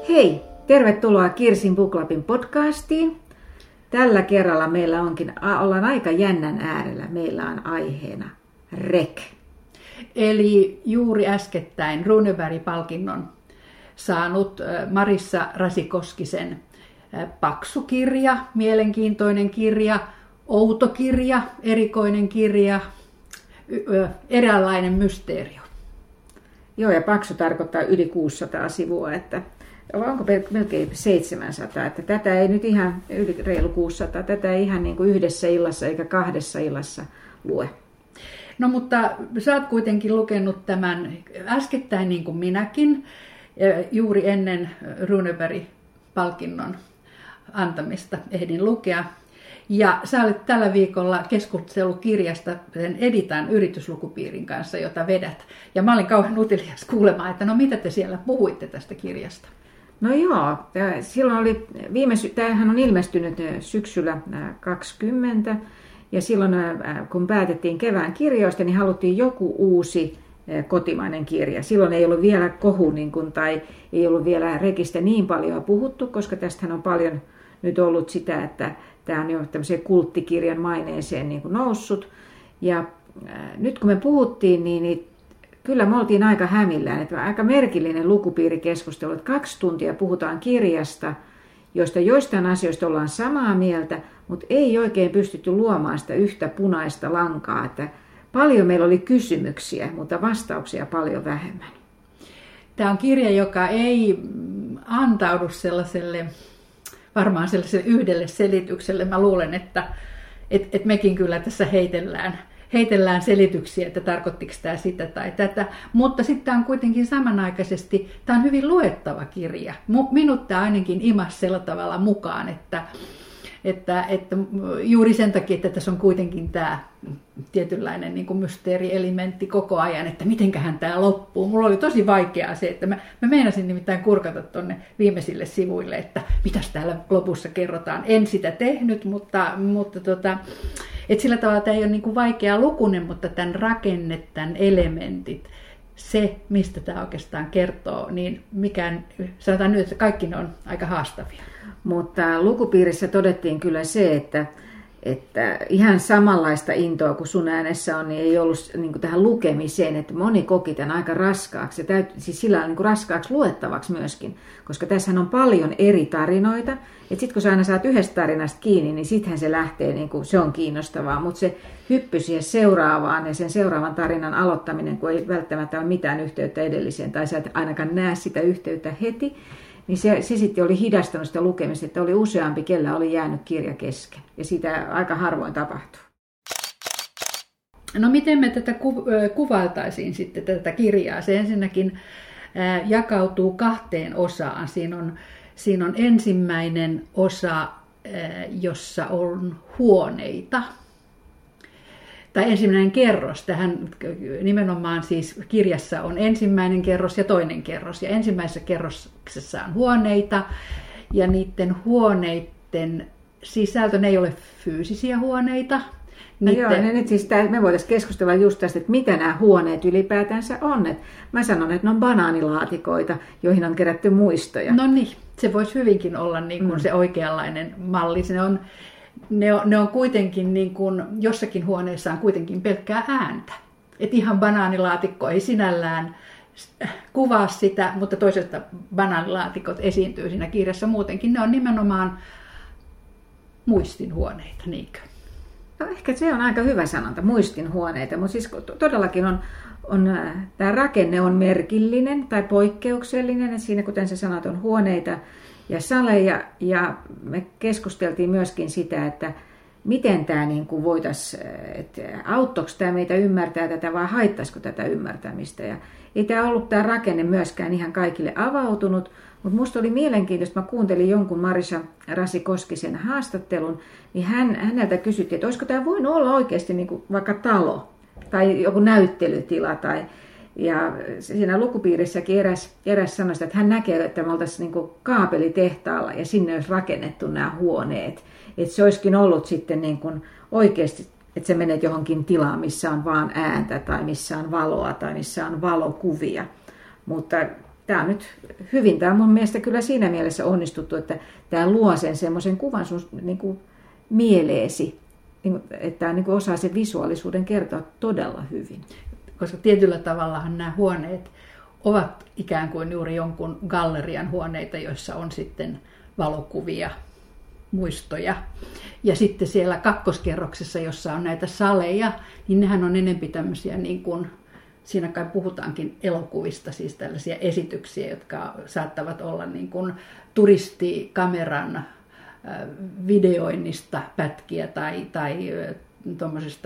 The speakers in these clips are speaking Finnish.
Hei, tervetuloa Kirsin Book Clubin podcastiin. Tällä kerralla ollaan aika jännän äärellä. Meillä on aiheena REK. Eli juuri äskettäin Runeberg-palkinnon saanut Marissa Rasi-Koskisen paksu kirja, mielenkiintoinen kirja, outo kirja, erikoinen kirja, eräänlainen mysteerio. Joo, ja paksu tarkoittaa yli 600 sivua, että onko melkein 700, että tätä ei nyt ihan yli reilu 600, tätä ei ihan niin kuin yhdessä illassa eikä kahdessa illassa lue. No mutta sä oot kuitenkin lukenut tämän äskettäin niin kuin minäkin, juuri ennen Runeberg-palkinnon antamista ehdin lukea. Ja sä olet tällä viikolla keskustellut kirjasta sen Editan yrityslukupiirin kanssa, jota vedät. Ja mä olin kauhean utelias kuulemaan, että no mitä te siellä puhuitte tästä kirjasta? No joo, silloin oli tämähän on ilmestynyt syksyllä 2020. Ja silloin kun päätettiin kevään kirjoista, niin haluttiin joku uusi kotimainen kirja. Silloin ei ollut vielä tai ei ollut vielä rekistä niin paljon puhuttu, koska tästähän on paljon nyt ollut sitä, että tämä on jo tämmöiseen kulttikirjan maineeseen niin kuin noussut. Ja nyt kun me puhuttiin, niin kyllä me oltiin aika hämillään. Että aika merkillinen lukupiirikeskustelu, että 2 tuntia puhutaan kirjasta, joista joistain asioista ollaan samaa mieltä, mutta ei oikein pystytty luomaan sitä yhtä punaista lankaa. Että paljon meillä oli kysymyksiä, mutta vastauksia paljon vähemmän. Tämä on kirja, joka ei antaudu varmaan sellaiselle yhdelle selitykselle. Mä luulen, että mekin kyllä tässä heitellään selityksiä, että tarkoittiko tämä sitä tai tätä. Mutta sitten tämä on kuitenkin samanaikaisesti, tämä on hyvin luettava kirja. Minut tämä ainakin imasi sillä tavalla mukaan, että juuri sen takia, että tässä on kuitenkin tämä tietynlainen niin kuin mysteerielementti koko ajan, että mitenköhän tämä loppuu. Mulla oli tosi vaikeaa se, että mä meinasin nimittäin kurkata tuonne viimeisille sivuille, että mitäs täällä lopussa kerrotaan. En sitä tehnyt, mutta että sillä tavalla tämä ei ole niin kuin vaikea lukunen, mutta tämän rakenne, tämän elementit, se mistä tämä oikeastaan kertoo, niin sanotaan nyt, että kaikki ne on aika haastavia. Mutta lukupiirissä todettiin kyllä se, että ihan samanlaista intoa kuin sun äänessä on, niin ei ollut niin kuin tähän lukemiseen, että moni koki tämän aika raskaaksi, siis sillä on niin kuin raskaaksi luettavaksi myöskin, koska tässä on paljon eri tarinoita, että sitten kun sä aina saat yhdestä tarinasta kiinni, niin sittenhän se lähtee, niin kuin, se on kiinnostavaa, mutta se hyppy siihen seuraavaan ja sen seuraavan tarinan aloittaminen, kun ei välttämättä ole mitään yhteyttä edelliseen, tai sä et ainakaan näe sitä yhteyttä heti, niin se sitten oli hidastanut sitä lukemista, että oli useampi, kellä oli jäänyt kirja kesken. Ja sitä aika harvoin tapahtuu. No miten me tätä kuvailtaisiin sitten tätä kirjaa? Se ensinnäkin jakautuu 2 osaan. Siinä on ensimmäinen osa, jossa on huoneita. Tai ensimmäinen kerros. Tähän nimenomaan siis kirjassa on ensimmäinen kerros ja toinen kerros. Ja ensimmäisessä kerroksessa on huoneita ja niiden huoneiden sisältö, ne ei ole fyysisiä huoneita. Joo, nyt siis me voitaisiin keskustella just tästä, että mitä nämä huoneet ylipäätänsä on. Mä sanon, että ne on banaanilaatikoita, joihin on kerätty muistoja. No niin, se voisi hyvinkin olla niin kuin se oikeanlainen malli. Ne on kuitenkin, niin kuin, jossakin huoneessa on kuitenkin pelkkää ääntä. Et ihan banaanilaatikko ei sinällään kuvaa sitä, mutta toisaalta banaanilaatikot esiintyy siinä kirjassa muutenkin. Ne on nimenomaan muistinhuoneita, niinkö? No ehkä se on aika hyvä sanonta, muistinhuoneita, mutta siis todellakin tämä rakenne on merkillinen tai poikkeuksellinen, että siinä kuten sä sanot on huoneita ja saleja, ja me keskusteltiin myöskin sitä, että miten tämä niin kuin voitaisiin, että auttoiko tämä meitä ymmärtää tätä vai haittaisiko tätä ymmärtämistä. Ja ei tämä ollut tämä rakenne myöskään ihan kaikille avautunut, mutta minusta oli mielenkiintoista, mä kuuntelin jonkun Marissa Rasi-Koskisen haastattelun, niin häneltä kysyttiin, että olisiko tämä voinut olla oikeasti niin kuin vaikka talo tai joku näyttelytila ja siinä lukupiirissäkin eräs sanoi, että hän näkee, että me oltaisiin niin kuin kaapelitehtaalla ja sinne olisi rakennettu nämä huoneet. Että se olisikin ollut sitten niin kuin oikeasti, että sä menet johonkin tilaan, missä on vaan ääntä tai missä on valoa tai missä on valokuvia. Mutta tämä on nyt hyvin, tämä on mun mielestä kyllä siinä mielessä onnistuttu, että tämä luo sen semmoisen kuvan sun niin kuin mieleesi, että tämä niin kuin osaa sen visuaalisuuden kertoa todella hyvin. Koska tietyllä tavallahan nämä huoneet ovat ikään kuin juuri jonkun gallerian huoneita, joissa on sitten valokuvia, muistoja. Ja sitten siellä kakkoskerroksessa, jossa on näitä saleja, niin nehän on enempi tämmöisiä, niin kuin, siinä kai puhutaankin elokuvista, siis tällaisia esityksiä, jotka saattavat olla niin kuin turistikameran videoinnista pätkiä tai tuommoisesta,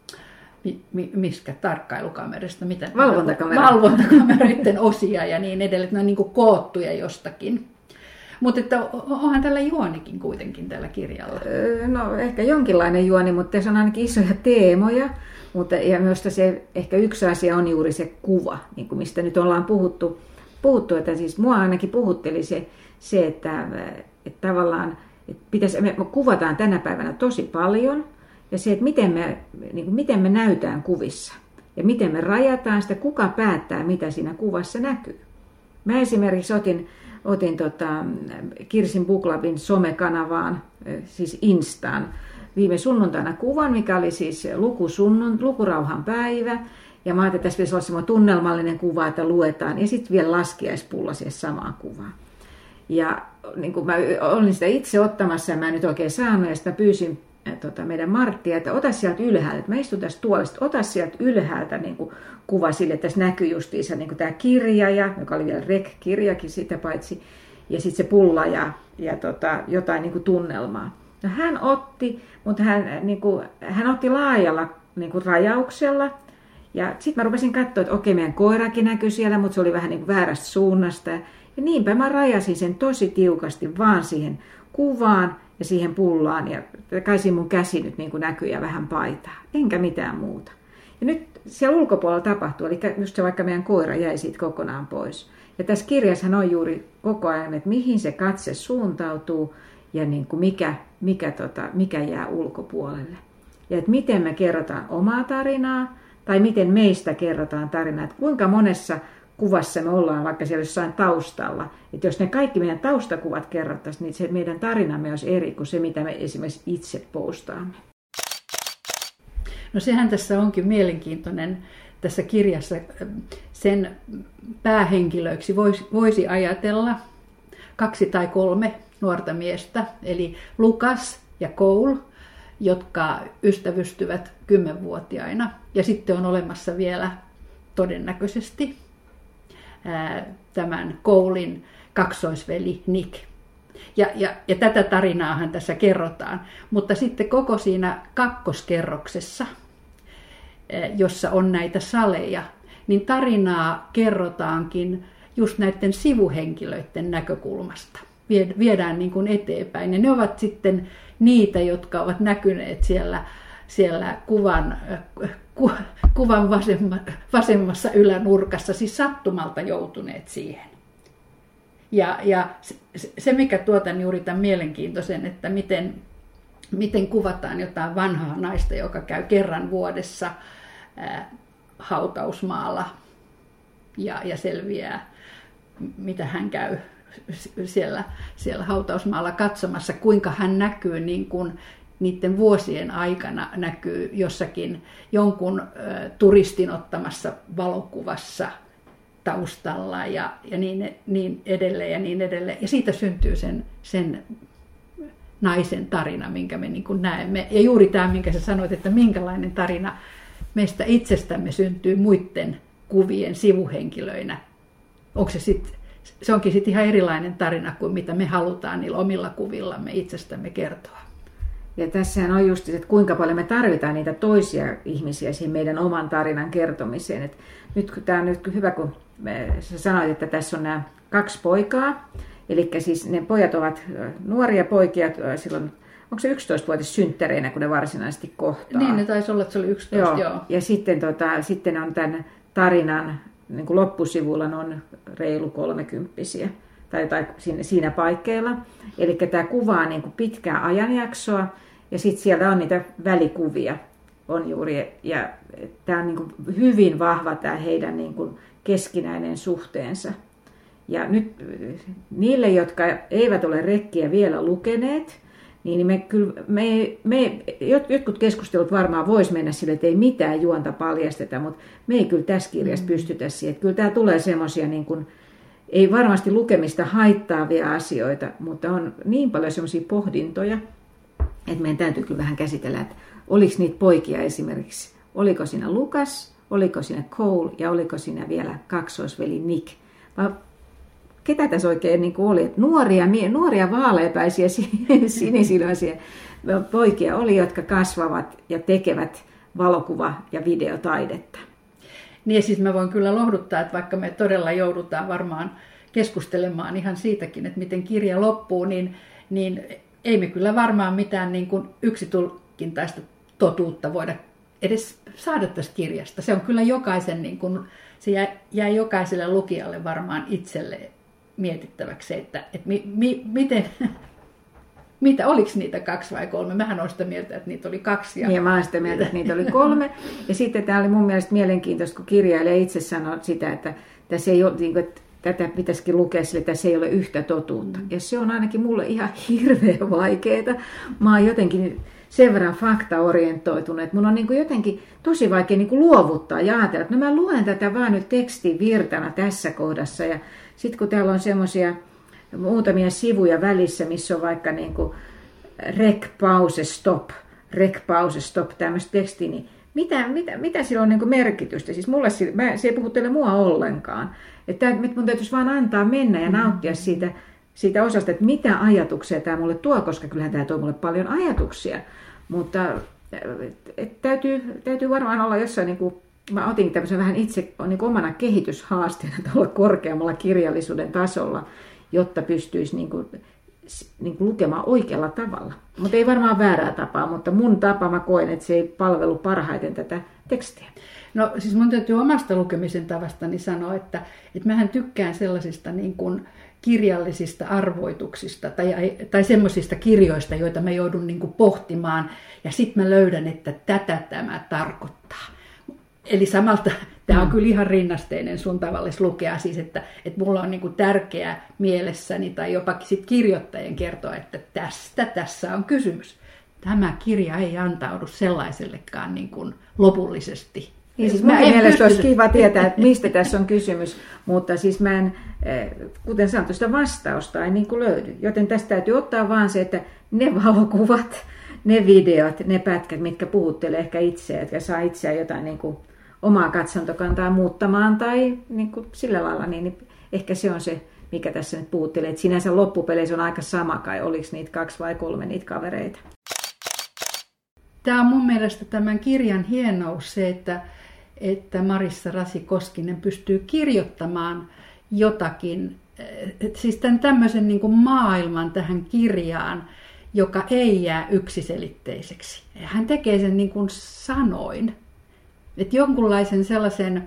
miskä tarkkailukamerasta, valvontakameroiden osia ja niin edelleen, ne on niin kuin koottuja jostakin. Mutta onhan tällä juonikin kuitenkin tällä kirjalla. No ehkä jonkinlainen juoni, mutta tässä on ainakin isoja teemoja. Mutta, ja myös se ehkä yksi asia on juuri se kuva, niin kuin mistä nyt ollaan puhuttu, että siis mua ainakin puhutteli se että tavallaan että me kuvataan tänä päivänä tosi paljon. Ja se, että miten me näytään kuvissa ja miten me rajataan sitä, kuka päättää, mitä siinä kuvassa näkyy. Mä esimerkiksi otin Kirsin Book Clubin somekanavaan, siis Instaan, viime sunnuntaina kuvan, mikä oli siis lukurauhan päivä. Ja mä ajattelin, että tässä pitäisi olla semmoinen tunnelmallinen kuva, että luetaan. Ja sitten vielä laskiaispulla siihen samaan kuvaan. Ja niin kuin mä olin sitä itse ottamassa ja mä en nyt oikein saanut. Ja sitten mä pyysin meidän Marttia, että ota sieltä ylhäältä. Mä istun tässä tuolista, ota sieltä ylhäältä niin kuin kuva sille, että tässä näkyy justiinsa niin kuin tämä kirja, joka oli vielä REC-kirjakin sitä paitsi. Ja sitten se pulla ja jotain niin kuin tunnelmaa. No hän otti, mutta hän otti laajalla niin kuin rajauksella. Ja sitten mä rupesin katsoa, että okei, meidän koirakin näkyi siellä, mutta se oli vähän niin kuin väärästä suunnasta. Ja niinpä mä rajasin sen tosi tiukasti vaan siihen kuvaan ja siihen pullaan. Ja kai siinä mun käsi nyt niin kuin näkyy ja vähän paitaa. Enkä mitään muuta. Ja nyt siellä ulkopuolella tapahtui, eli just se vaikka meidän koira jäi siitä kokonaan pois. Ja tässä kirjassahan on juuri koko ajan, että mihin se katse suuntautuu ja niin kuin mikä jää ulkopuolelle. Ja että miten me kerrotaan omaa tarinaa tai miten meistä kerrotaan tarinaa. Että kuinka monessa kuvassa me ollaan vaikka siellä jossain taustalla. Että jos ne kaikki meidän taustakuvat kerrottaisiin, niin se meidän tarinamme olisi eri kuin se, mitä me esimerkiksi itse postaamme. No sehän tässä onkin mielenkiintoinen tässä kirjassa. Sen päähenkilöiksi voisi ajatella 2 tai 3 nuorta miestä, eli Lukas ja Cole, jotka ystävystyvät 10-vuotiaina. Ja sitten on olemassa vielä todennäköisesti tämän Colen kaksoisveli Nick. Ja tätä tarinaahan tässä kerrotaan. Mutta sitten koko siinä kakkoskerroksessa, jossa on näitä saleja, niin tarinaa kerrotaankin just näiden sivuhenkilöiden näkökulmasta. Viedään niin kuin eteenpäin. Ja ne ovat sitten niitä, jotka ovat näkyneet siellä kuvan vasemmassa ylänurkassa, siis sattumalta joutuneet siihen. Ja se, mikä tuotan juuri tämän mielenkiintoisen, että miten kuvataan jotain vanhaa naista, joka käy kerran vuodessa hautausmaalla ja selviää, mitä hän käy siellä hautausmaalla katsomassa, kuinka hän näkyy niin kuin niiden vuosien aikana näkyy jossakin jonkun turistin ottamassa valokuvassa taustalla ja niin edelleen ja niin edelleen. Ja siitä syntyy sen naisen tarina, minkä me niin kuin näemme. Ja juuri tämä, minkä sä sanoit, että minkälainen tarina meistä itsestämme syntyy muiden kuvien sivuhenkilöinä. Se onkin sitten ihan erilainen tarina kuin mitä me halutaan niillä omilla kuvillamme itsestämme kertoa. Ja tässähän on just, että kuinka paljon me tarvitaan niitä toisia ihmisiä siihen meidän oman tarinan kertomiseen. Et tämä on nyt hyvä, kun sä sanoit, että tässä on nämä 2 poikaa. Eli siis ne pojat ovat nuoria poikia silloin, onko se 11-vuotis synttäreinä, kun ne varsinaisesti kohtaa? Niin, ne taisi olla, että se oli 11, joo. Ja sitten on tämän tarinan niin kuin loppusivulla on reilu 30-vuotiaita. Tai siinä paikkeilla. Eli tämä kuvaa niin kuin pitkää ajanjaksoa ja sitten siellä on niitä välikuvia. On juuri, ja tämä on niin kuin hyvin vahva tämä heidän niin kuin keskinäinen suhteensa. Ja nyt niille, jotka eivät ole rekkiä vielä lukeneet, niin jotkut keskustelut varmaan vois mennä sille, että ei mitään juonta paljasteta, mutta me ei kyllä tässä kirjassa pystytä siihen. Että kyllä tämä tulee semmoisia, niin kuin, ei varmasti lukemista haittaavia asioita, mutta on niin paljon semmoisia pohdintoja, että meidän täytyy kyllä vähän käsitellä, että oliko niitä poikia esimerkiksi, oliko siinä Lukas, oliko siinä Cole ja oliko siinä vielä kaksoisveli Nick. Vai ketä tässä oikein niin kuin oli? Että nuoria vaaleapäisiä sinisilmäisiä poikia oli, jotka kasvavat ja tekevät valokuva- ja videotaidetta. Niin, siis mä voin kyllä lohduttaa, että vaikka me todella joudutaan varmaan keskustelemaan ihan siitäkin, että miten kirja loppuu, niin ei me kyllä varmaan mitään niin kuin yksitulkintaista totuutta voida edes saada tästä kirjasta. Se on kyllä jokaisen, niin kuin, se jää jokaiselle lukijalle varmaan itselle mietittäväksi, että mitä, oliko niitä 2 vai 3? Mähän olen sitä mieltä, että niitä oli 2. Ja mä olen sitä mieltä, että niitä oli 3. Ja sitten tämä oli mun mielestä mielenkiintoista, kun kirjailija itse sanoi sitä, että tässä ei ole, että tätä pitäisikin lukea sille, että tässä ei ole yhtä totuutta. Ja se on ainakin mulle ihan hirveän vaikeaa. Mä oon jotenkin sen verran faktaorientoitunut, että mun on niin kuin jotenkin tosi vaikea niin kuin luovuttaa ja ajatella, että no mä luen tätä vaan nyt tekstin virtana tässä kohdassa. Ja sitten kun täällä on semmoisia muutamia sivuja välissä, missä on vaikka niin kuin rec, pause, stop, tämmöistä tekstiä, niin mitä sillä on niin kuin merkitystä? Siis mulle se ei puhuttele mua ollenkaan. Että mun täytyisi vaan antaa mennä ja nauttia siitä osasta, että mitä ajatuksia tämä mulle tuo, koska kyllähän tämä tuo mulle paljon ajatuksia. Mutta täytyy varmaan olla jossain, niin kuin, mä otin tämmöisen vähän itse niin kuin omana kehityshaasteena olla korkeammalla kirjallisuuden tasolla, jotta pystyisi niin kuin lukemaan oikealla tavalla. Mutta ei varmaan väärää tapaa, mutta mun tapa mä koen, että se ei palvelu parhaiten tätä tekstiä. No siis mun täytyy omasta lukemisen tavastani sanoa, että mähän tykkään sellaisista niin kuin kirjallisista arvoituksista tai semmoisista kirjoista, joita mä joudun niin kuin pohtimaan ja sitten mä löydän, että tätä tämä tarkoittaa. Eli samalta tämä on kyllä ihan rinnasteinen sun tavallis lukea, siis että mulla on niin kuin tärkeää mielessäni tai jopa sit kirjoittajien kertoa, että tässä on kysymys. Tämä kirja ei antaudu sellaisellekaan niin kuin lopullisesti. Niin, siis mun mielestä olisi kiva tietää, että mistä tässä on kysymys, mutta siis mä en, kuten sanottu, sitä vastausta ei niin kuin löydy. Joten tästä täytyy ottaa vaan se, että ne valokuvat, ne videot, ne pätkät, mitkä puhuttelee ehkä itseä, jotka saa itseään jotain niin kuin omaa katsontokantaa muuttamaan tai niin kuin sillä lailla, niin ehkä se on se, mikä tässä nyt puhuttelee. Että sinänsä loppupeleissä on aika sama kai, oliko niitä 2 vai 3 niitä kavereita. Tämä on mun mielestä tämän kirjan hienous se, että Marissa Rasi-Koskinen pystyy kirjoittamaan jotakin, siis tämän tämmöisen niin kuin maailman tähän kirjaan, joka ei jää yksiselitteiseksi. Hän tekee sen niin kuin sanoin. Että jonkunlaisen sellaisen,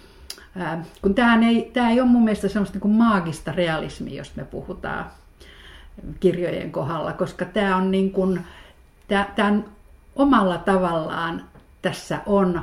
kun tämä ei ole mun mielestä semmoista niin kuin maagista realismia, jos me puhutaan kirjojen kohdalla, koska tämä on niin kuin, tämä omalla tavallaan tässä on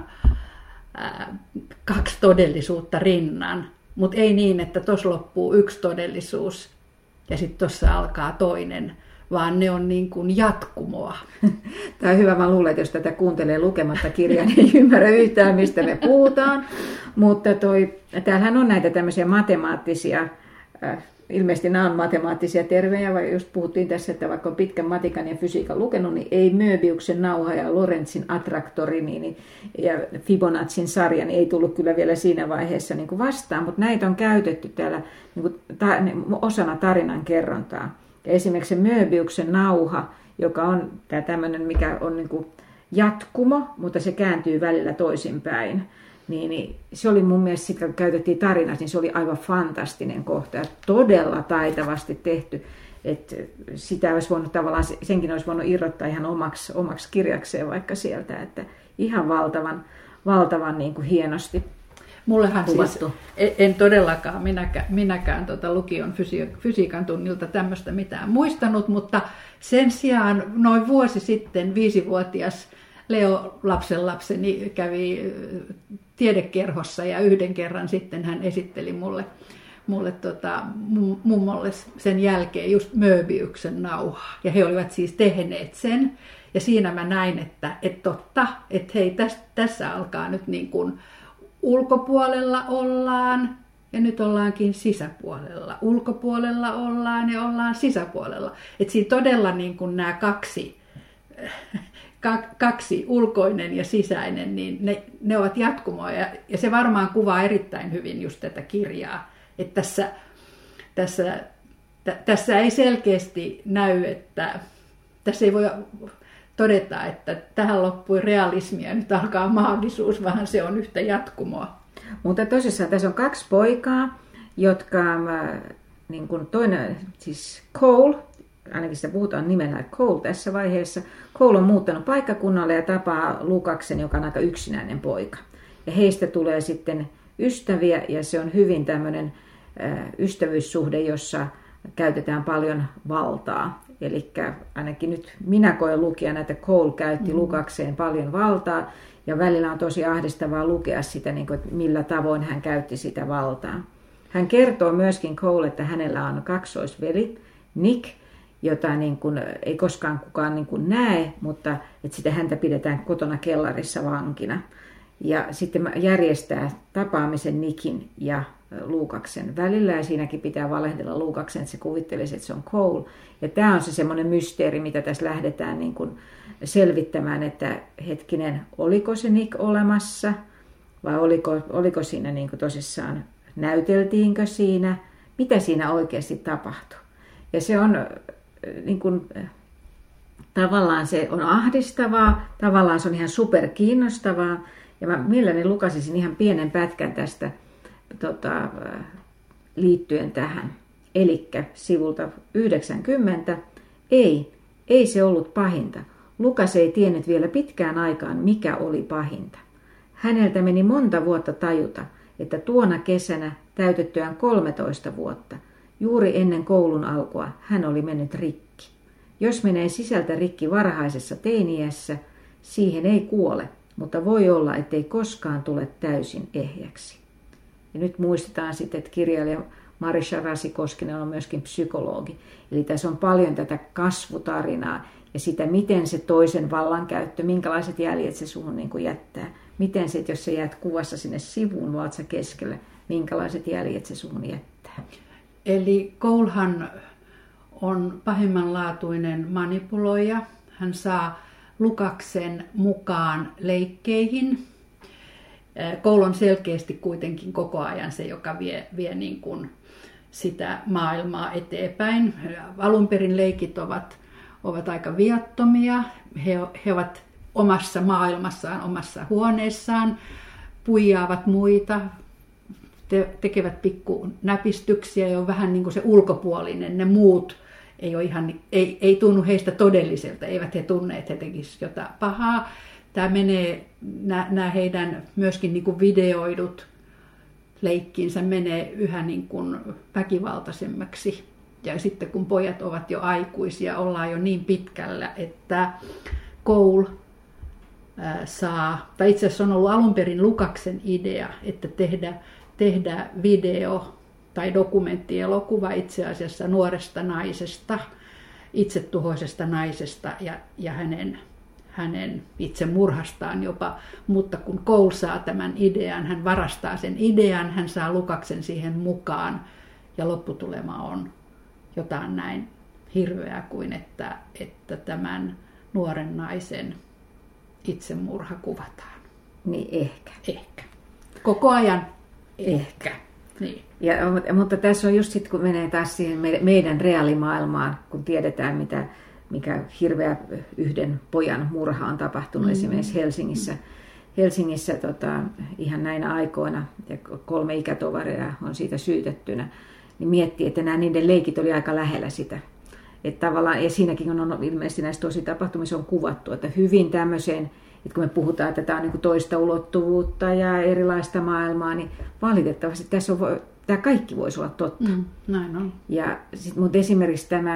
2 todellisuutta rinnan, mutta ei niin, että tuossa loppuu 1 todellisuus ja sitten tuossa alkaa toinen, vaan ne on niin kuin jatkumoa. Tämä on hyvä, mä luulen, että jos tätä kuuntelee lukematta kirjaa, niin ei ymmärrä yhtään, mistä me puhutaan. Mutta täällähän on näitä tämmöisiä matemaattisia, ilmeisesti nämä on matemaattisia termejä, vai just puhuttiin tässä, että vaikka on pitkän matikan ja fysiikan lukenut, niin ei Möbiuksen nauha ja Lorenzin attraktori ja Fibonacin sarja niin ei tullut kyllä vielä siinä vaiheessa niin kuin vastaan, mutta näitä on käytetty täällä niin kuin osana tarinan kerrontaa. Ja esimerkiksi se Möbiuksen nauha, joka on tämä tämmöinen, mikä on niin kuin jatkumo, mutta se kääntyy välillä toisinpäin. Niin se oli mun mielestä, sit, kun käytettiin tarinassa, niin se oli aivan fantastinen kohta ja todella taitavasti tehty. Että sitä olisi voinut tavallaan, senkin olisi voinut irrottaa ihan omaksi kirjakseen vaikka sieltä, että ihan valtavan niin kuin hienosti Mullehan kuvattu. Siis, en todellakaan minäkään lukion fysiikan tunnilta tämmöistä mitään muistanut, mutta sen sijaan noin vuosi sitten 5-vuotias Leo lapsenlapseni kävi tiedekerhossa ja yhden kerran sitten hän esitteli mulle mummolle sen jälkeen just Möbiuksen nauhaa. Ja he olivat siis tehneet sen. Ja siinä mä näin, että totta, että hei, tässä alkaa nyt niin kuin ulkopuolella ollaan ja nyt ollaankin sisäpuolella. Ulkopuolella ollaan ja ollaan sisäpuolella. Että siinä todella niin kuin nämä kaksi, ulkoinen ja sisäinen, niin ne ovat jatkumoa. Ja se varmaan kuvaa erittäin hyvin just tätä kirjaa. Että tässä ei selkeästi näy, että tässä ei voi todeta, että tähän loppui realismi ja nyt alkaa maagisuus, vaan se on yhtä jatkumoa. Mutta tosissaan tässä on 2 poikaa, jotka, niin kuin toinen, siis Cole, ainakin sitä puhutaan nimellä Cole tässä vaiheessa. Cole on muuttanut paikkakunnalle ja tapaa Lukaksen, joka on aika yksinäinen poika. Ja heistä tulee sitten ystäviä ja se on hyvin tämmöinen ystävyyssuhde, jossa käytetään paljon valtaa. Eli ainakin nyt minä koen lukijana, että Cole käytti Lukakseen paljon valtaa ja välillä on tosi ahdistavaa lukea sitä, niin kuin, että millä tavoin hän käytti sitä valtaa. Hän kertoo myöskin Cole, että hänellä on kaksoisveli Nick, jota niin kuin ei koskaan kukaan niin kuin näe, mutta että sitä häntä pidetään kotona kellarissa vankina. Ja sitten järjestää tapaamisen Nickin ja Lukaksen välillä ja siinäkin pitää valehdella Lukaksen, että se kuvittelisi, että se on Cole. Ja tämä on se semmoinen mysteeri, mitä tässä lähdetään niin kuin selvittämään, että hetkinen, oliko se Nick olemassa vai oliko siinä niin kuin tosissaan, näyteltiinkö siinä, mitä siinä oikeasti tapahtui. Ja se on niin kuin, tavallaan se on ahdistavaa, tavallaan se on ihan superkiinnostavaa ja mä mielelläni lukasisin ihan pienen pätkän tästä liittyen tähän. Elikkä sivulta 90, ei se ollut pahinta. Lukas ei tiennyt vielä pitkään aikaan, mikä oli pahinta. Häneltä meni monta vuotta tajuta, että tuona kesänä täytettyään 13 vuotta, juuri ennen koulun alkua, hän oli mennyt rikki. Jos menee sisältä rikki varhaisessa teiniässä, siihen ei kuole, mutta voi olla, ettei koskaan tule täysin ehjäksi. Ja nyt muistetaan sitten, että kirjailija Marisha Rasikoskinen on myöskin psykologi. Eli tässä on paljon tätä kasvutarinaa ja sitä, miten se toisen vallankäyttö, minkälaiset jäljet se suhun niin kuin jättää. Miten se, jos sä jäät kuvassa sinne sivuun vatsa keskelle, minkälaiset jäljet se suhun jättää. Eli Colehan on pahimmanlaatuinen manipuloija. Hän saa Lukaksen mukaan leikkeihin. Cole on selkeästi kuitenkin koko ajan se, joka vie niin kuin sitä maailmaa eteenpäin. Alun perin leikit ovat aika viattomia. He ovat omassa maailmassaan, omassa huoneessaan, puijaavat muita, tekevät pikku näpistyksiä ja on vähän niin kuin se ulkopuolinen. Ne muut ei tunnu heistä todelliselta, eivät he tunne, että he tekisivät jotain pahaa. Tämä menee, nämä heidän myöskin niin kuin videoidut leikkiinsä menee yhä niin kuin väkivaltaisemmaksi. Ja sitten kun pojat ovat jo aikuisia, ollaan jo niin pitkällä, että Cole saa, tai itse asiassa on ollut alun perin Lukaksen idea, että tehdä video tai dokumenttielokuva itse asiassa nuoresta naisesta, itsetuhoisesta naisesta ja hänen itsemurhastaan jopa, mutta kun Cole saa tämän idean, hän varastaa sen idean, hän saa Lukaksen siihen mukaan ja lopputulema on jotain näin hirveää kuin, että tämän nuoren naisen itsemurha kuvataan. Niin Ehkä. Koko ajan ehkä. Niin. Mutta tässä on just sitten, kun menee taas siihen meidän reaalimaailmaan, kun tiedetään, mikä hirveä yhden pojan murha on tapahtunut esimerkiksi Helsingissä ihan näinä aikoina, ja 3 ikätoveria on siitä syytettynä, niin miettii, että nämä niiden leikit oli aika lähellä sitä. Että tavallaan, ja siinäkin on ilmeisesti näissä tositapahtumissa on kuvattu, että hyvin tämmöiseen, että kun me puhutaan, että tämä on niin kuin toista ulottuvuutta ja erilaista maailmaa, niin valitettavasti tämä kaikki voisi olla totta. Näin on. Mutta esimerkiksi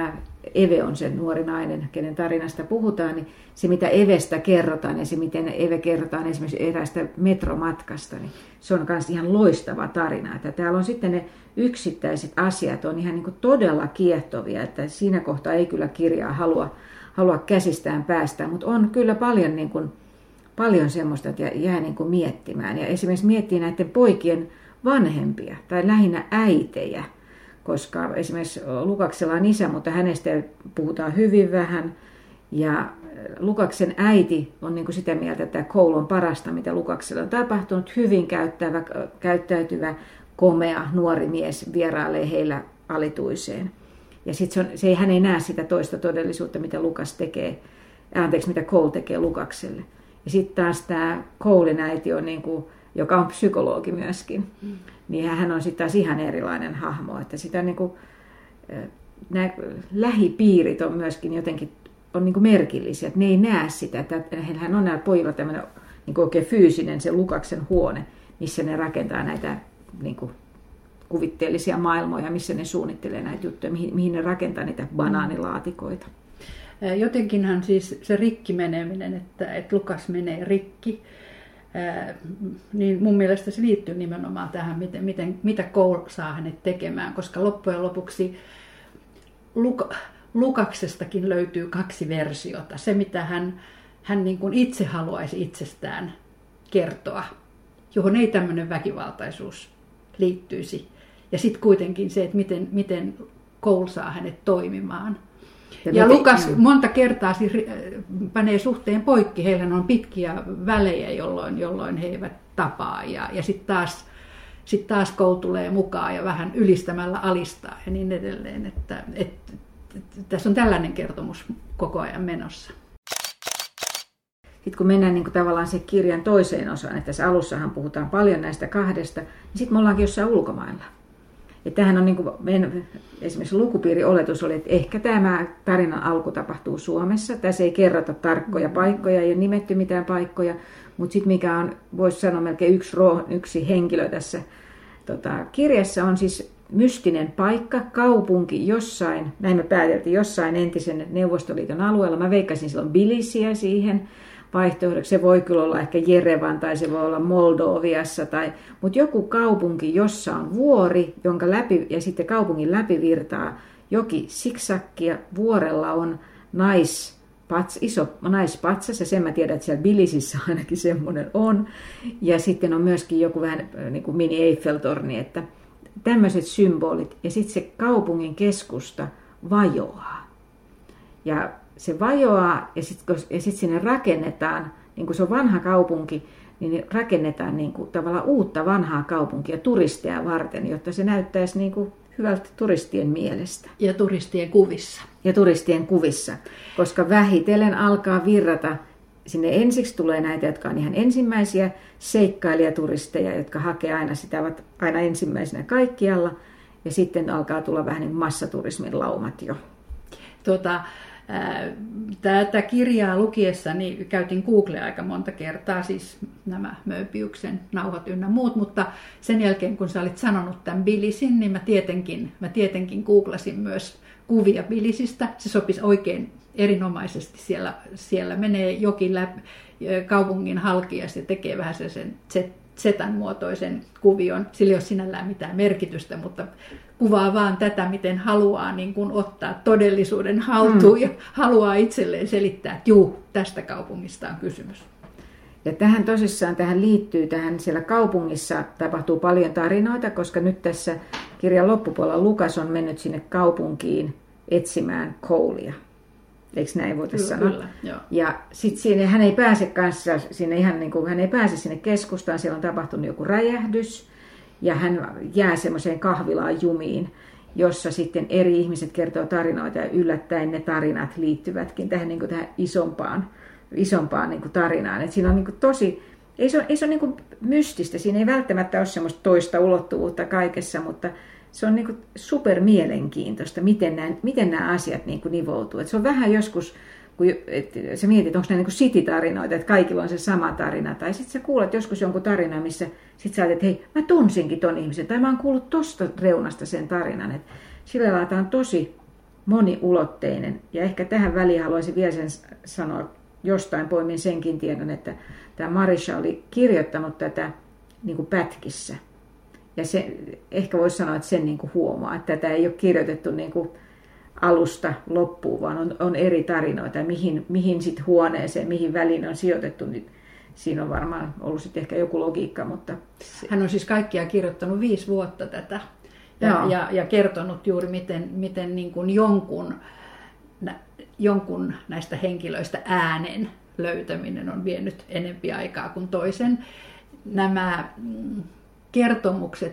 Eve on se nuori nainen, kenen tarinasta puhutaan, niin se mitä Evestä kerrotaan ja se miten Eve kerrotaan esimerkiksi eräästä metromatkasta, niin se on myös ihan loistava tarina. Että täällä on sitten ne yksittäiset asiat on ihan niin kuin todella kiehtovia, että siinä kohtaa ei kyllä kirjaa halua käsistään päästä, mutta on kyllä paljon semmoista, että jää niin kuin miettimään. Ja esimerkiksi miettii näiden poikien vanhempia tai lähinnä äitejä, koska esimerkiksi Lukaksella on isä, mutta hänestä puhutaan hyvin vähän. Ja Lukaksen äiti on niin kuin sitä mieltä, että Cole on parasta, mitä Lukaksella on tapahtunut. Hyvin käyttäytyvä, komea nuori mies vierailee heillä alituiseen. Ja sitten hän ei näe sitä toista todellisuutta, mitä mitä Cole tekee Lukakselle. Ja sitten taas tämä Colen äiti on joka on psykologi myöskin, niin hän on sitten taas ihan erilainen hahmo. Että sitä nämä lähipiirit on myöskin jotenkin merkillisiä, että ne ei näe sitä. Että heillähän on näillä pojilla tämmöinen oikein fyysinen se Lukaksen huone, missä ne rakentaa näitä kuvitteellisia maailmoja, missä ne suunnittelee näitä juttuja, mihin ne rakentaa niitä banaanilaatikoita. Jotenkinhan siis se rikki meneminen, että Lukas menee rikki, niin mun mielestä se liittyy nimenomaan tähän, mitä Cole saa hänet tekemään, koska loppujen lopuksi Lukaksestakin löytyy kaksi versiota. Se, mitä hän niin kuin itse haluaisi itsestään kertoa, johon ei tämmöinen väkivaltaisuus liittyisi. Ja sitten kuitenkin se, että miten Cole saa hänet toimimaan. Ja Lukas monta kertaa siis panee suhteen poikki. Heillä on pitkiä välejä, jolloin he eivät tapaa. Ja sitten taas Cole tulee mukaan ja vähän ylistämällä alistaa ja niin edelleen. Että tässä on tällainen kertomus koko ajan menossa. Sitten kun mennään tavallaan se kirjan toiseen osaan, että tässä alussahan puhutaan paljon näistä kahdesta, niin sitten me ollaankin jossain ulkomailla. Ja tämähän on esimerkiksi lukupiirioletus oli, että ehkä tämä tarinan alku tapahtuu Suomessa. Tässä ei kerrota tarkkoja paikkoja, ei ole nimetty mitään paikkoja, mutta sitten mikä on, voisi sanoa melkein yksi henkilö tässä kirjassa on siis mystinen paikka, kaupunki jossain, näin me pääteltiin, jossain entisen Neuvostoliiton alueella. Mä veikkasin silloin Tbilisiä siihen vaihtoehdoksi. Se voi kyllä olla ehkä Jerevan tai se voi olla Moldoviassa, mutta joku kaupunki, jossa on vuori, jonka läpi, ja sitten kaupungin läpi virtaa joki siksakkia. Vuorella on iso naispatsas, ja sen mä tiedän, että siellä Tbilisissä ainakin semmoinen on. Ja sitten on myöskin joku vähän niin kuin mini Eiffeltorni, että tämmöiset symbolit. Ja sitten se kaupungin keskusta vajoaa. Ja se vajoaa ja sitten sinne rakennetaan, niin kuin se on vanha kaupunki, niin rakennetaan niin kuin tavallaan uutta vanhaa kaupunkia turisteja varten, jotta se näyttäisi niin kuin hyvältä turistien mielestä. Ja turistien kuvissa. Ja turistien kuvissa, koska vähitellen alkaa virrata. Sinne ensiksi tulee näitä, jotka on ihan ensimmäisiä seikkailijaturisteja, jotka hakee aina sitä, ovat aina ensimmäisenä kaikkialla. Ja sitten alkaa tulla vähän niin massaturismin laumat jo. Tätä kirjaa lukiessani käytin Googlea aika monta kertaa, siis nämä Möbiuksen nauhat ynnä muut, mutta sen jälkeen kun sä olit sanonut tämän Tbilisin, niin mä tietenkin googlasin myös kuvia Tbilisistä. Se sopisi oikein erinomaisesti. Siellä menee joki läpi kaupungin halki ja se tekee vähän sen setän muotoisen kuvion. Sillä ei ole sinällään mitään merkitystä, mutta kuvaa vaan tätä, miten haluaa niin kuin ottaa todellisuuden haltuun ja haluaa itselleen selittää, että juu, tästä kaupungista on kysymys. Ja tähän liittyy, siellä kaupungissa tapahtuu paljon tarinoita, koska nyt tässä kirjan loppupuolella Lukas on mennyt sinne kaupunkiin etsimään Colea. Eikö näin voitaisiin sanoa? Kyllä, joo. Ja sitten hän ei pääse kanssa sinne ihan niin kuin, hän ei pääse sinne keskustaan, siellä on tapahtunut joku räjähdys ja hän jää semmoiseen kahvilaan jumiin, jossa sitten eri ihmiset kertoo tarinoita ja yllättäen ne tarinat liittyvätkin tähän, niin kuin tähän isompaan niin kuin tarinaan. Et siinä on niin kuin tosi, ei se ole niin kuin mystistä, siinä ei välttämättä ole semmoista toista ulottuvuutta kaikessa, mutta se on niin kuin super mielenkiintoista, miten nämä asiat niin kuin nivoutuu. Et se on vähän joskus, kun sä mietit, onko nämä niin kuin city-tarinoita, että kaikilla on se sama tarina. Tai sitten sä kuulet joskus jonkun tarinan, missä sit sä ajattelet, että hei, mä tunsinkin ton ihmisen, tai mä oon kuullut tosta reunasta sen tarinan. Et sillä lailla tämä on moniulotteinen. Ja ehkä tähän väliin haluaisin vielä sen sanoa, jostain poimin senkin tiedon, että tämä Marisha oli kirjoittanut tätä niin kuin pätkissä. Ja se, ehkä voisi sanoa, että sen niin kuin huomaa, että tätä ei ole kirjoitettu niin kuin alusta loppuun, vaan on eri tarinoita. Ja mihin sitten huoneeseen, mihin väliin on sijoitettu, niin siinä on varmaan ollut sitten ehkä joku logiikka. Mutta hän on siis kaikkiaan kirjoittanut 5 vuotta tätä ja kertonut juuri, miten niin kuin jonkun näistä henkilöistä äänen löytäminen on vienyt enempi aikaa kuin toisen. Nämä kertomukset,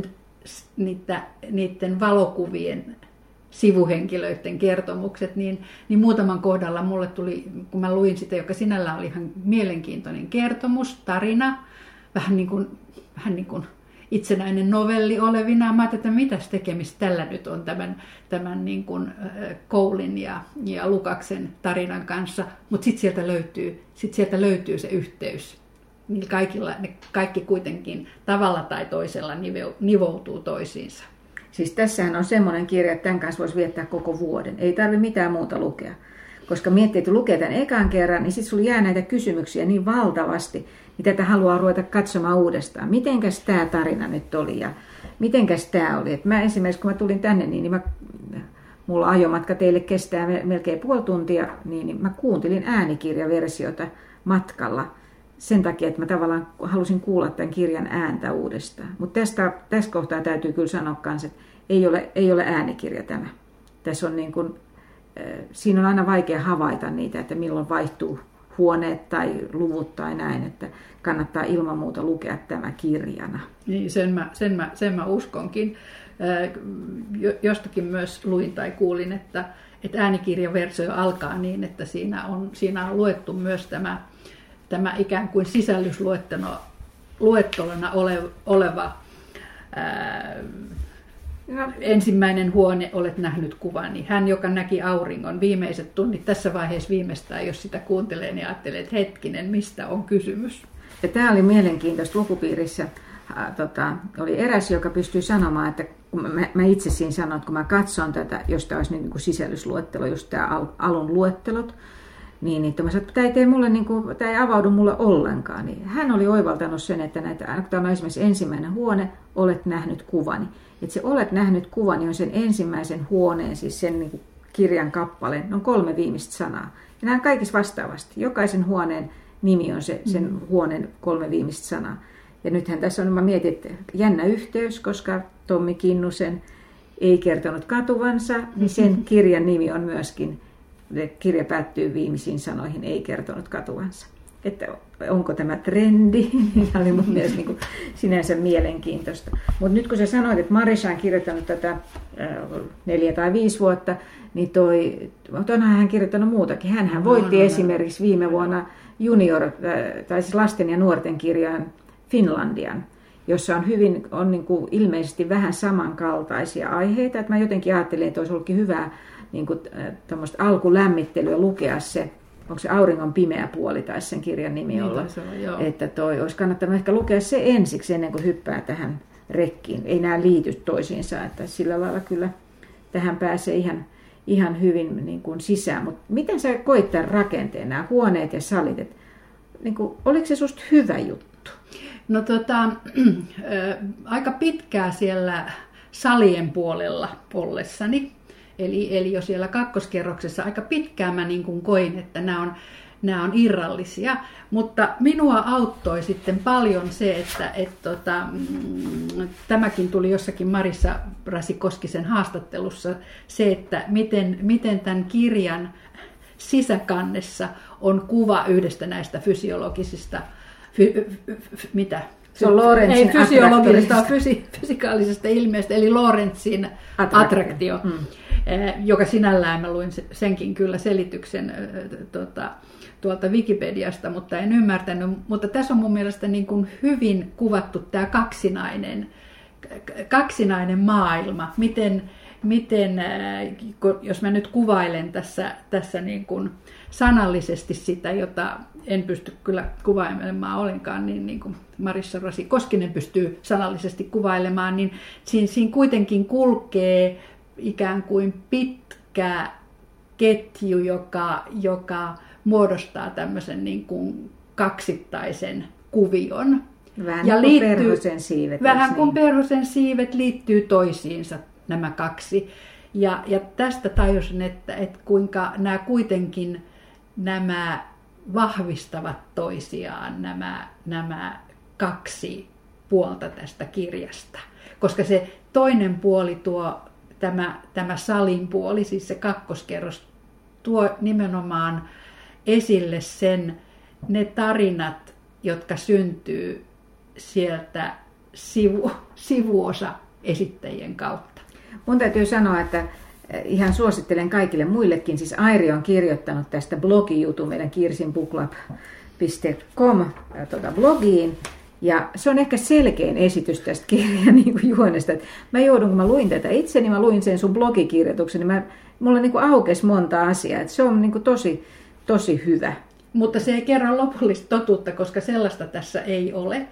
niiden valokuvien sivuhenkilöiden kertomukset, niin muutaman kohdalla mulle tuli, kun mä luin sitä, joka sinällään oli ihan mielenkiintoinen kertomus, tarina, vähän niin kuin itsenäinen novelli olevina. Mä ajattelin, että mitäs tekemistä tällä nyt on tämän niin kuin Colen ja Lukaksen tarinan kanssa, mutta sitten sieltä löytyy se yhteys. Ne kaikki kuitenkin tavalla tai toisella nivoutuu toisiinsa. Siis tässähän on semmoinen kirja, että tämän kanssa voisi viettää koko vuoden. Ei tarvitse mitään muuta lukea. Koska miettii, että lukee tämän ekan kerran, niin sitten sulla jää näitä kysymyksiä niin valtavasti, mitä tätä haluaa ruveta katsomaan uudestaan. Mitenkäs tämä tarina nyt oli ja mitenkäs tämä oli. Et mä esimerkiksi, kun mä tulin tänne, niin mulla ajomatka teille kestää melkein puoli tuntia, niin mä kuuntelin äänikirjaversiota matkalla. Sen takia, että mä tavallaan halusin kuulla tämän kirjan ääntä uudestaan. Mutta tästä kohtaa täytyy kyllä sanoa kanssa, että ei ole äänikirja tämä. Tässä on niin kuin, siinä on aina vaikea havaita niitä, että milloin vaihtuu huoneet tai luvut tai näin. Että kannattaa ilman muuta lukea tämä kirjana. Niin, sen mä uskonkin. Jostakin myös luin tai kuulin, että äänikirjaversio alkaa niin, että siinä on luettu myös tämä ikään kuin sisällysluettelona oleva ensimmäinen huone, olet nähnyt kuvan, niin hän, joka näki auringon viimeiset tunnit tässä vaiheessa viimeistään, jos sitä kuuntelee, niin ajattelee, että hetkinen, mistä on kysymys. Ja tämä oli mielenkiintoista lukupiirissä. Oli eräs, joka pystyi sanomaan, että kun mä itse siinä sanoin, että kun mä katson tätä, jos tämä olisi niin kuin sisällysluettelo, just tämä alun luettelot, niin mä sanoin, että tämä ei avaudu mulle ollenkaan. Niin hän oli oivaltanut sen, että tämä on esimerkiksi ensimmäinen huone, olet nähnyt kuvani. Että se olet nähnyt kuvani on sen ensimmäisen huoneen, siis sen niin kuin kirjan kappaleen, ne on 3 viimeistä sanaa. Ja nämä on kaikissa vastaavasti. Jokaisen huoneen nimi on sen huoneen 3 viimeistä sanaa. Ja nythän tässä on, mä mietin, että jännä yhteys, koska Tommi Kinnusen ei kertonut katuvansa, niin sen kirjan nimi on myöskin, kirja päättyy viimeisiin sanoihin, ei kertonut katuvansa. Että onko tämä trendi, niin tämä oli mun mielestä niin kuin sinänsä mielenkiintoista. Mutta nyt kun sä sanoit, että Marisha on kirjoittanut tätä 4 tai 5 vuotta, niin onhan hän kirjoittanut muutakin. Hänhän voitti esimerkiksi viime vuonna tai siis lasten ja nuorten kirjan Finlandian, jossa on niin kuin ilmeisesti vähän samankaltaisia aiheita. Että mä jotenkin ajattelin, että olisi ollutkin hyvää niin kuin tämmöistä alkulämmittelyä lukea se, onko se Auringon pimeä puoli tai sen kirjan nimi olla. Että olisi kannattanut ehkä lukea se ensiksi ennen kuin hyppää tähän rekkiin. Ei nämä liity toisiinsa, että sillä lailla kyllä tähän pääsee ihan hyvin niin kuin sisään. Mutta miten sä koit tämän rakenteen, nämä huoneet ja salit? Et, niin kuin, oliko se susta hyvä juttu? No aika pitkää siellä salien puolella ollessani. Eli jo siellä kakkoskerroksessa aika pitkään mä niin kuin koin, että nämä on irrallisia. Mutta minua auttoi sitten paljon se, että tämäkin tuli jossakin Marissa Rasi-Koskisen haastattelussa, se, että miten tämän kirjan sisäkannessa on kuva yhdestä näistä fysiologisista, se on Lorenzin fysiologisesta, fysikaalisesta ilmiöstä, eli Lorenzin attraktio, joka sinällään mä luin senkin kyllä selityksen tuolta Wikipediasta, mutta en ymmärtänyt. Mutta tässä on mun mielestä niin kuin hyvin kuvattu tämä kaksinainen maailma. Miten, jos mä nyt kuvailen tässä niin kuin sanallisesti sitä, jota en pysty kyllä kuvailemaan ollenkaan, niin kuin Marissa Rasi-Koskinen pystyy sanallisesti kuvailemaan, niin siinä kuitenkin kulkee ikään kuin pitkä ketju, joka muodostaa tämmöisen niin kuin kaksittaisen kuvion. Vähän ja kuin perhosen siivet. Vähän kuin perhosen siivet liittyy toisiinsa nämä kaksi. Ja tästä tajusin, että kuinka nämä kuitenkin nämä vahvistavat toisiaan, nämä kaksi puolta tästä kirjasta. Koska se toinen puoli tämä salin puoli, siis se kakkoskerros, tuo nimenomaan esille ne tarinat, jotka syntyy sieltä sivuosa esittäjien kautta. Mun täytyy sanoa, että ihan suosittelen kaikille muillekin. Siis Airi on kirjoittanut tästä blogijutun meidän kirsinbuklab.com blogiin. Ja se on ehkä selkein esitys tästä kirjan niin kuin juonesta. Mä joudun, kun mä luin tätä itse, niin mä luin sen sun blogikirjoituksen, niin mulla niin kuin aukesi monta asiaa. Että se on niin kuin tosi hyvä. Mutta se ei kerro lopullista totuutta, koska sellaista tässä ei ole.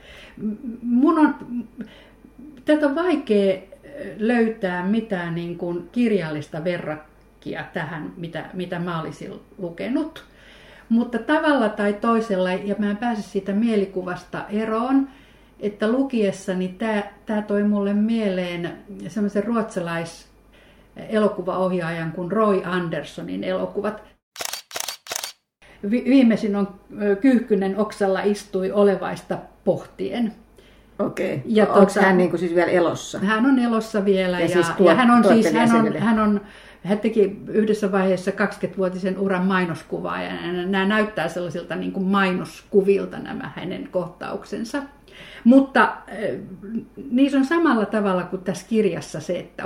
Tätä on vaikea löytää mitään niin kuin kirjallista verrakkia tähän, mitä mä olisin lukenut. Mutta tavalla tai toisella, ja mä en pääse siitä mielikuvasta eroon, että lukiessani tämä toi mulle mieleen semmoisen ruotsalais-elokuvaohjaajan kuin Roy Anderssonin elokuvat. Viimeisin on Kyyhkynen oksalla istui olevaista pohtien. Okei. Ja onko hän niin kuin siis vielä elossa? Hän on elossa vielä ja hän teki yhdessä vaiheessa 20-vuotisen uran mainoskuvaa ja nämä näyttää sellaisilta niin kuin mainoskuvilta nämä hänen kohtauksensa. Mutta niissä on samalla tavalla kuin tässä kirjassa se, että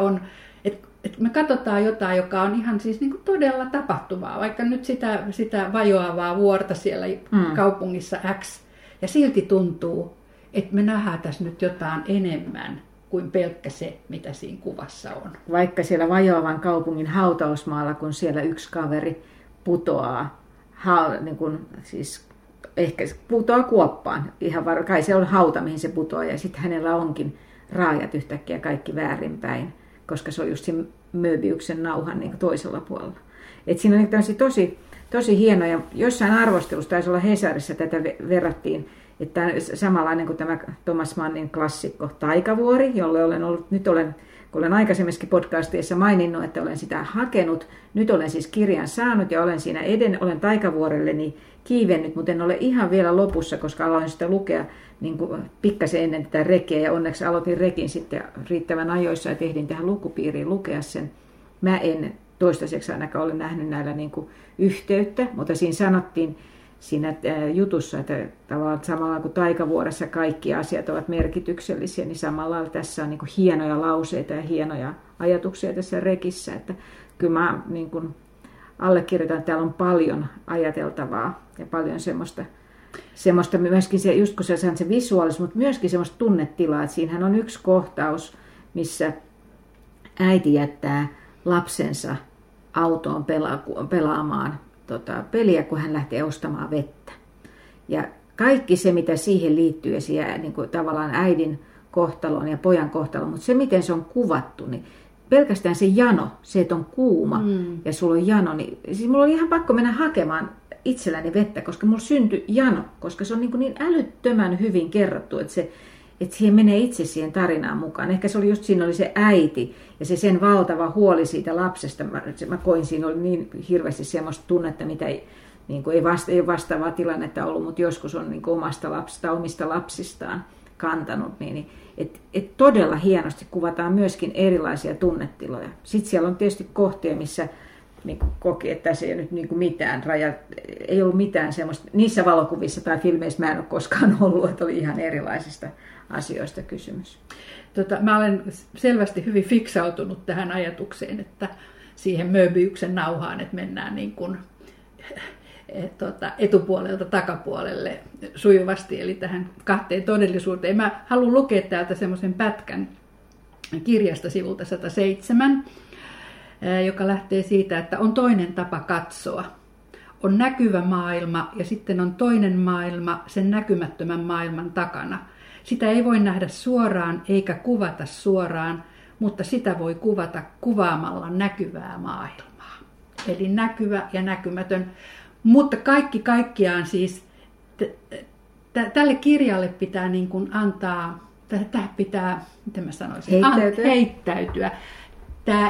me katsotaan jotain, joka on ihan siis niin kuin todella tapahtuvaa, vaikka nyt sitä vajoavaa vuorta siellä kaupungissa X, ja silti tuntuu, että me nähdään tässä nyt jotain enemmän kuin pelkkä se, mitä siinä kuvassa on. Vaikka siellä vajoavan kaupungin hautausmaalla, kun siellä yksi kaveri putoaa, niin kuin, siis ehkä se putoaa kuoppaan, kai se on hauta, mihin se putoaa, ja sitten hänellä onkin raajat yhtäkkiä kaikki väärinpäin, koska se on just siinä Möbiuksen nauhan niin toisella puolella. Et siinä on tosi hienoja. Jossain arvostelussa taisi olla Hesarissa, tätä verrattiin, että samanlainen kuin tämä Thomas Mannin klassikko Taikavuori, jolle olen ollut, kun olen aikaisemmissakin podcasteissa maininnut, että olen sitä hakenut. Nyt olen siis kirjan saanut ja olen siinä olen Taikavuorelleni kiivennyt, mutta en ole ihan vielä lopussa, koska aloin sitä lukea niin kuin pikkasen ennen tätä rekeä ja onneksi aloitin rekin sitten riittävän ajoissa ja tehdin tähän lukupiiriin lukea sen. Mä en toistaiseksi ainakaan ole nähnyt näillä niin kuin yhteyttä, mutta siinä sanottiin siinä jutussa, että tavallaan samalla kuin Taikavuoressa kaikki asiat ovat merkityksellisiä, niin samalla tässä on niin kuin hienoja lauseita ja hienoja ajatuksia tässä rekissä. Että kyllä mä niin kuin allekirjoitan, että täällä on paljon ajateltavaa ja paljon semmoista myöskin se, just kun se on se visuaalisuus, mutta myöskin semmoista tunnetilaa. Että siinähän on yksi kohtaus, missä äiti jättää lapsensa autoon pelaamaan peliä, kun hän lähtee ostamaan vettä. Ja kaikki se, mitä siihen liittyy, ja siihen, niin kuin tavallaan äidin kohtaloon ja pojan kohtaloon, mutta se, miten se on kuvattu, niin pelkästään se jano, se, että on kuuma ja sulla on jano, niin siis mulla oli ihan pakko mennä hakemaan itselläni vettä, koska mulla syntyi jano, koska se on niin älyttömän hyvin kerrottu, että siihen menee itse siihen tarinaan mukaan. Ehkä se oli just siinä oli se äiti ja se sen valtava huoli siitä lapsesta. Mä koin siinä oli niin hirveästi semmoista tunnetta, mitä ei ole vastaavaa tilannetta ollut, mutta joskus on niin omista lapsistaan kantanut. Niin, et todella hienosti kuvataan myöskin erilaisia tunnetiloja. Sitten siellä on tietysti kohtia, missä niin koki, että tässä ei ole nyt niin mitään ei ollut mitään semmoista. Niissä valokuvissa tai filmeissä mä en ole koskaan ollut, että oli ihan erilaisista asioista kysymys. Mä olen selvästi hyvin fiksautunut tähän ajatukseen, että siihen Möbiuksen nauhaan, että mennään niin kuin, etupuolelta takapuolelle sujuvasti, eli tähän kahteen todellisuuteen. Mä haluan lukea täältä semmoisen pätkän kirjasta sivulta 107, joka lähtee siitä, että on toinen tapa katsoa. On näkyvä maailma ja sitten on toinen maailma sen näkymättömän maailman takana. Sitä ei voi nähdä suoraan eikä kuvata suoraan, mutta sitä voi kuvata kuvaamalla näkyvää maailmaa. eli näkyvä ja näkymätön. Mutta kaikki kaikkiaan siis tälle kirjalle pitää niin kuin antaa, tähän pitää, miten mä sanoisin, heittäytyä. Tämä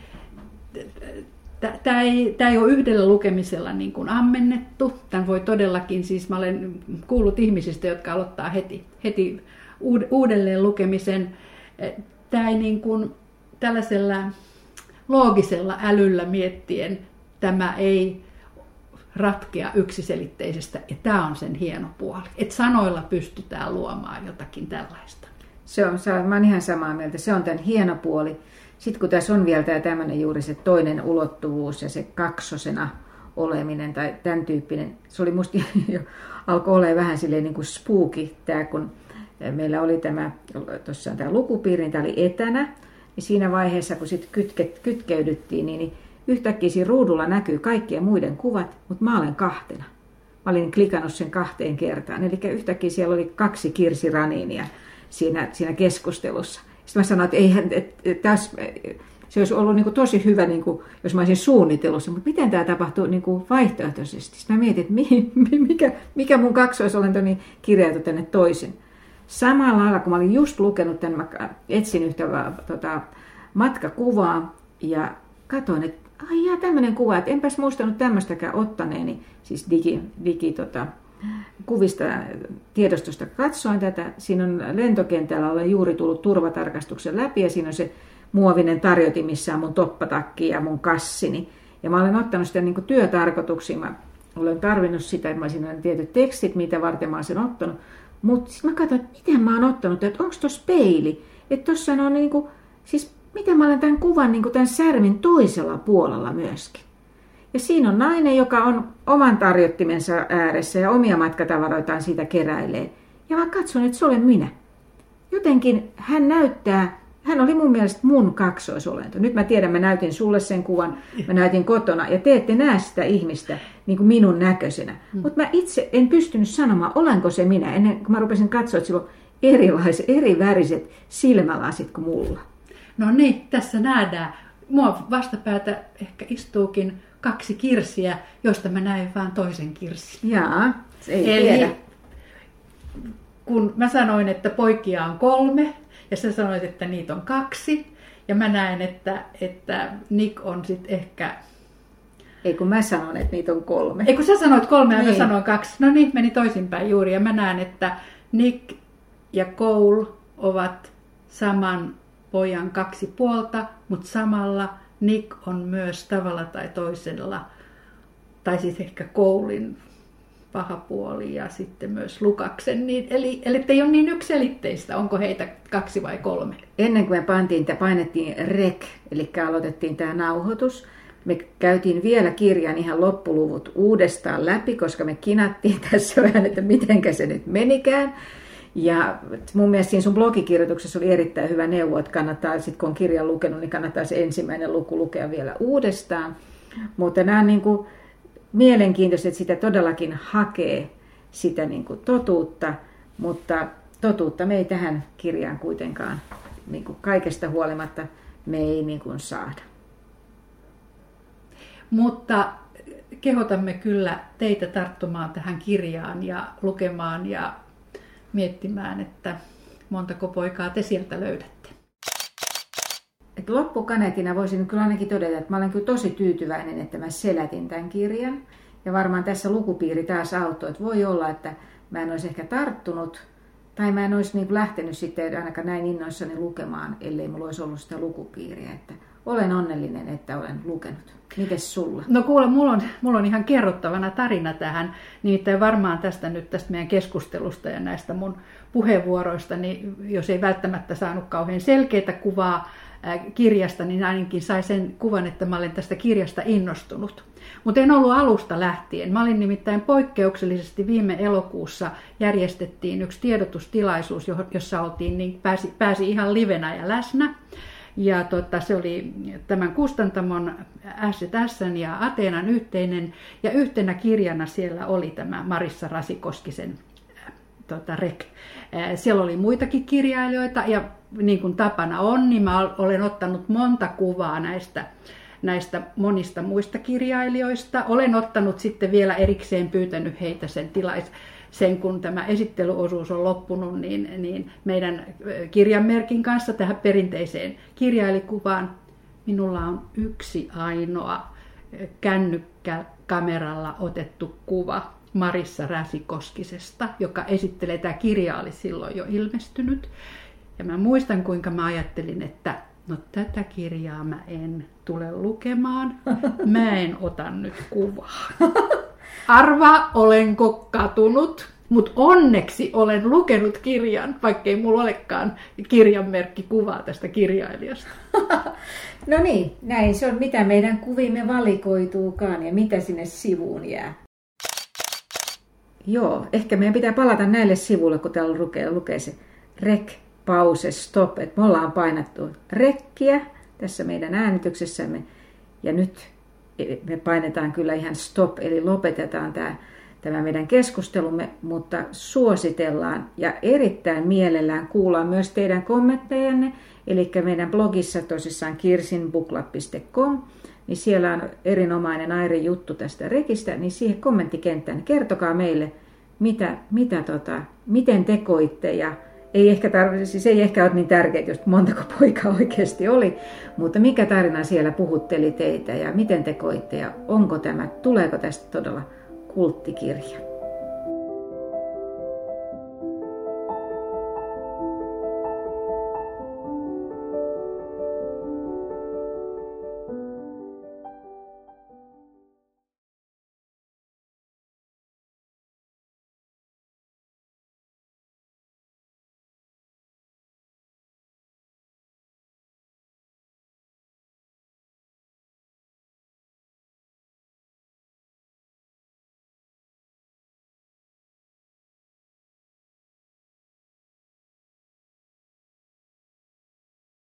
ei ole yhdellä lukemisella niin kuin ammennettu. Tämän voi todellakin, siis mä olen kuullut ihmisistä, jotka aloittaa heti uudelleen lukemisen. Tämä ei niin kuin tällaisella loogisella älyllä miettien, tämä ei ratkea yksiselitteisesti, ja tämä on sen hieno puoli. Että sanoilla pystytään luomaan jotakin tällaista. Mä oon ihan samaa mieltä, se on tämän hieno puoli. Sitten kun tässä on vielä tämä tämmöinen juuri se toinen ulottuvuus ja se kaksosena oleminen tai tämän tyyppinen, se oli musta jo alkoi olla vähän silleen niin kuin spooky, tämä kun meillä oli tämä lukupiiri, niin tämä oli etänä, niin siinä vaiheessa kun sitten kytkeydyttiin, niin yhtäkkiä siinä ruudulla näkyy kaikkien muiden kuvat, mutta mä olen kahtena. Mä olin klikannut sen 2 kertaan, eli yhtäkkiä siellä oli 2 Kirsi Raninia siinä keskustelussa. Sitten mä sanoin, että se olisi ollut niin kuin tosi hyvä, niin kuin, jos mä olisin suunnitellut, mutta miten tämä tapahtuu niin kuin vaihtoehtoisesti. Sitten mä mietin, että mikä mun kaksoisolentoni kirjautui tänne toisin. Samalla lailla, kun mä olin just lukenut tämän, mä etsin yhtä matkakuvaa ja katsoin, että tämmöinen kuva, että enpäs muistanut tämmöistäkään ottaneeni, siis kuvista tiedostosta katsoin tätä. Siinä on lentokentällä, olen juuri tullut turvatarkastuksen läpi ja siinä on se muovinen tarjotin, missä on mun toppatakki ja mun kassini. Ja mä olen ottanut sitä niin kuin työtarkoituksiin. Mä olen tarvinnut sitä, että mä olisin tietyt tekstit, mitä varten mä olen sen ottanut. Mutta sitten mä katsoin, että miten mä oon ottanut, että onko tuossa peili. Että tuossa on niin kuin, siis miten mä olen tämän kuvan niin kuin tämän särmin toisella puolella myöskin. Ja siinä on nainen, joka on oman tarjottimensa ääressä ja omia matkatavaroitaan siitä keräilee. Ja mä katson, että se olen minä. Jotenkin hän oli mun mielestä mun kaksoisolento. Nyt mä tiedän, mä näytin sulle sen kuvan, mä näytin kotona ja te ette näe sitä ihmistä niin kuin minun näköisenä. Mutta mä itse en pystynyt sanomaan, olenko se minä, ennen kuin mä rupesin katsoa, että sillä on eri väriset silmälasit kuin mulla. No niin, tässä nähdään. Mua vastapäätä ehkä istuukin 2 kirsiä, josta mä näin vaan toisen kirsin. Jaa, ei tiedä. Kun mä sanoin, että poikia on 3, ja sä sanoit, että niitä on 2, ja mä näen, että Nick on sitten ehkä... Ei kun mä sanon, että niitä on 3. Ei kun sä sanoit 3 ja mä sanoin 2. No niin, meni toisinpäin juuri, ja mä näen, että Nick ja Cole ovat saman pojan 2 puolta, mutta samalla Nick on myös tavalla tai toisella, tai siis ehkä Colen paha puoli ja sitten myös Lukaksen. Eli ei ole niin yksiselitteistä, onko heitä 2 vai 3. Ennen kuin me painettiin rec, eli aloitettiin tämä nauhoitus, me käytiin vielä kirjan ihan loppuluvut uudestaan läpi, koska me kinattiin tässä vähän, että mitenkä se nyt menikään. Ja mun mielestä siinä sun blogikirjoituksessa oli erittäin hyvä neuvo, että kannattaa, sit kun on kirjan lukenut, niin kannattaa se ensimmäinen luku lukea vielä uudestaan. Mutta nämä on niin kuin mielenkiintoista, että sitä todellakin hakee sitä niin kuin totuutta, mutta totuutta me ei tähän kirjaan kuitenkaan niin kuin kaikesta huolimatta me ei niin kuin saada. Mutta kehotamme kyllä teitä tarttumaan tähän kirjaan ja lukemaan ja miettimään, että montako poikaa te sieltä löydätte. Loppukaneetina voisin kyllä ainakin todeta, että mä olen kyllä tosi tyytyväinen, että mä selätin tämän kirjan. Ja varmaan tässä lukupiiri taas auttoi, että voi olla, että mä en olisi ehkä tarttunut tai mä en olisi niin lähtenyt sitten ainakaan näin innoissani lukemaan, ellei mulla olisi ollut sitä lukupiiriä. Että olen onnellinen, että olen lukenut. Mites sulla? No kuule, mulla on ihan kerrottavana tarina tähän. Nimittäin varmaan tästä meidän keskustelusta ja näistä mun puheenvuoroista, niin jos ei välttämättä saanut kauhean selkeää kuvaa kirjasta, niin ainakin sai sen kuvan, että mä olen tästä kirjasta innostunut. Mutta en ollut alusta lähtien. Mä olin nimittäin poikkeuksellisesti viime elokuussa järjestettiin yksi tiedotustilaisuus, jossa oltiin, niin pääsi ihan livenä ja läsnä. Ja se oli tämän kustantamon SZS:n ja Ateenan yhteinen, ja yhtenä kirjana siellä oli tämä Marissa Rasikoskisen REC. Siellä oli muitakin kirjailijoita, ja niin kuin tapana on, niin mä olen ottanut monta kuvaa näistä näistä monista muista kirjailijoista. Olen ottanut sitten vielä erikseen pyytänyt heitä sen kun tämä esittelyosuus on loppunut, niin meidän kirjanmerkin kanssa tähän perinteiseen kirjailikuvaan. Minulla on yksi ainoa kännykkäkameralla otettu kuva Marissa Räsikoskisesta, joka esittelee, tämä kirja oli silloin jo ilmestynyt. Ja mä muistan, kuinka mä ajattelin, että no tätä kirjaa mä en tule lukemaan, mä en ota nyt kuvaa. Arvaa, olenko katunut, mutta onneksi olen lukenut kirjan, vaikkei mulla olekaan kirjanmerkkikuvaa tästä kirjailijasta. No niin, näin se on, mitä meidän kuvimme valikoituukaan ja mitä sinne sivuun jää. Joo, ehkä meidän pitää palata näille sivuille, kun täällä lukee se rek, pause, stop. Et me ollaan painattu rekkiä tässä meidän äänityksessämme ja nyt me painetaan kyllä ihan stop, eli lopetetaan tämä meidän keskustelumme, mutta suositellaan ja erittäin mielellään kuullaan myös teidän kommenttejanne, eli meidän blogissa tosissaan kirsinbooklab.com, niin siellä on erinomainen Airin juttu tästä rekistä, niin siihen kommenttikenttään kertokaa meille, miten te koitte ja ei ehkä ole niin tärkeää, jos montako poikaa oikeasti oli, mutta mikä tarina siellä puhutteli teitä ja miten te koitte ja tuleeko tästä todella kulttikirja.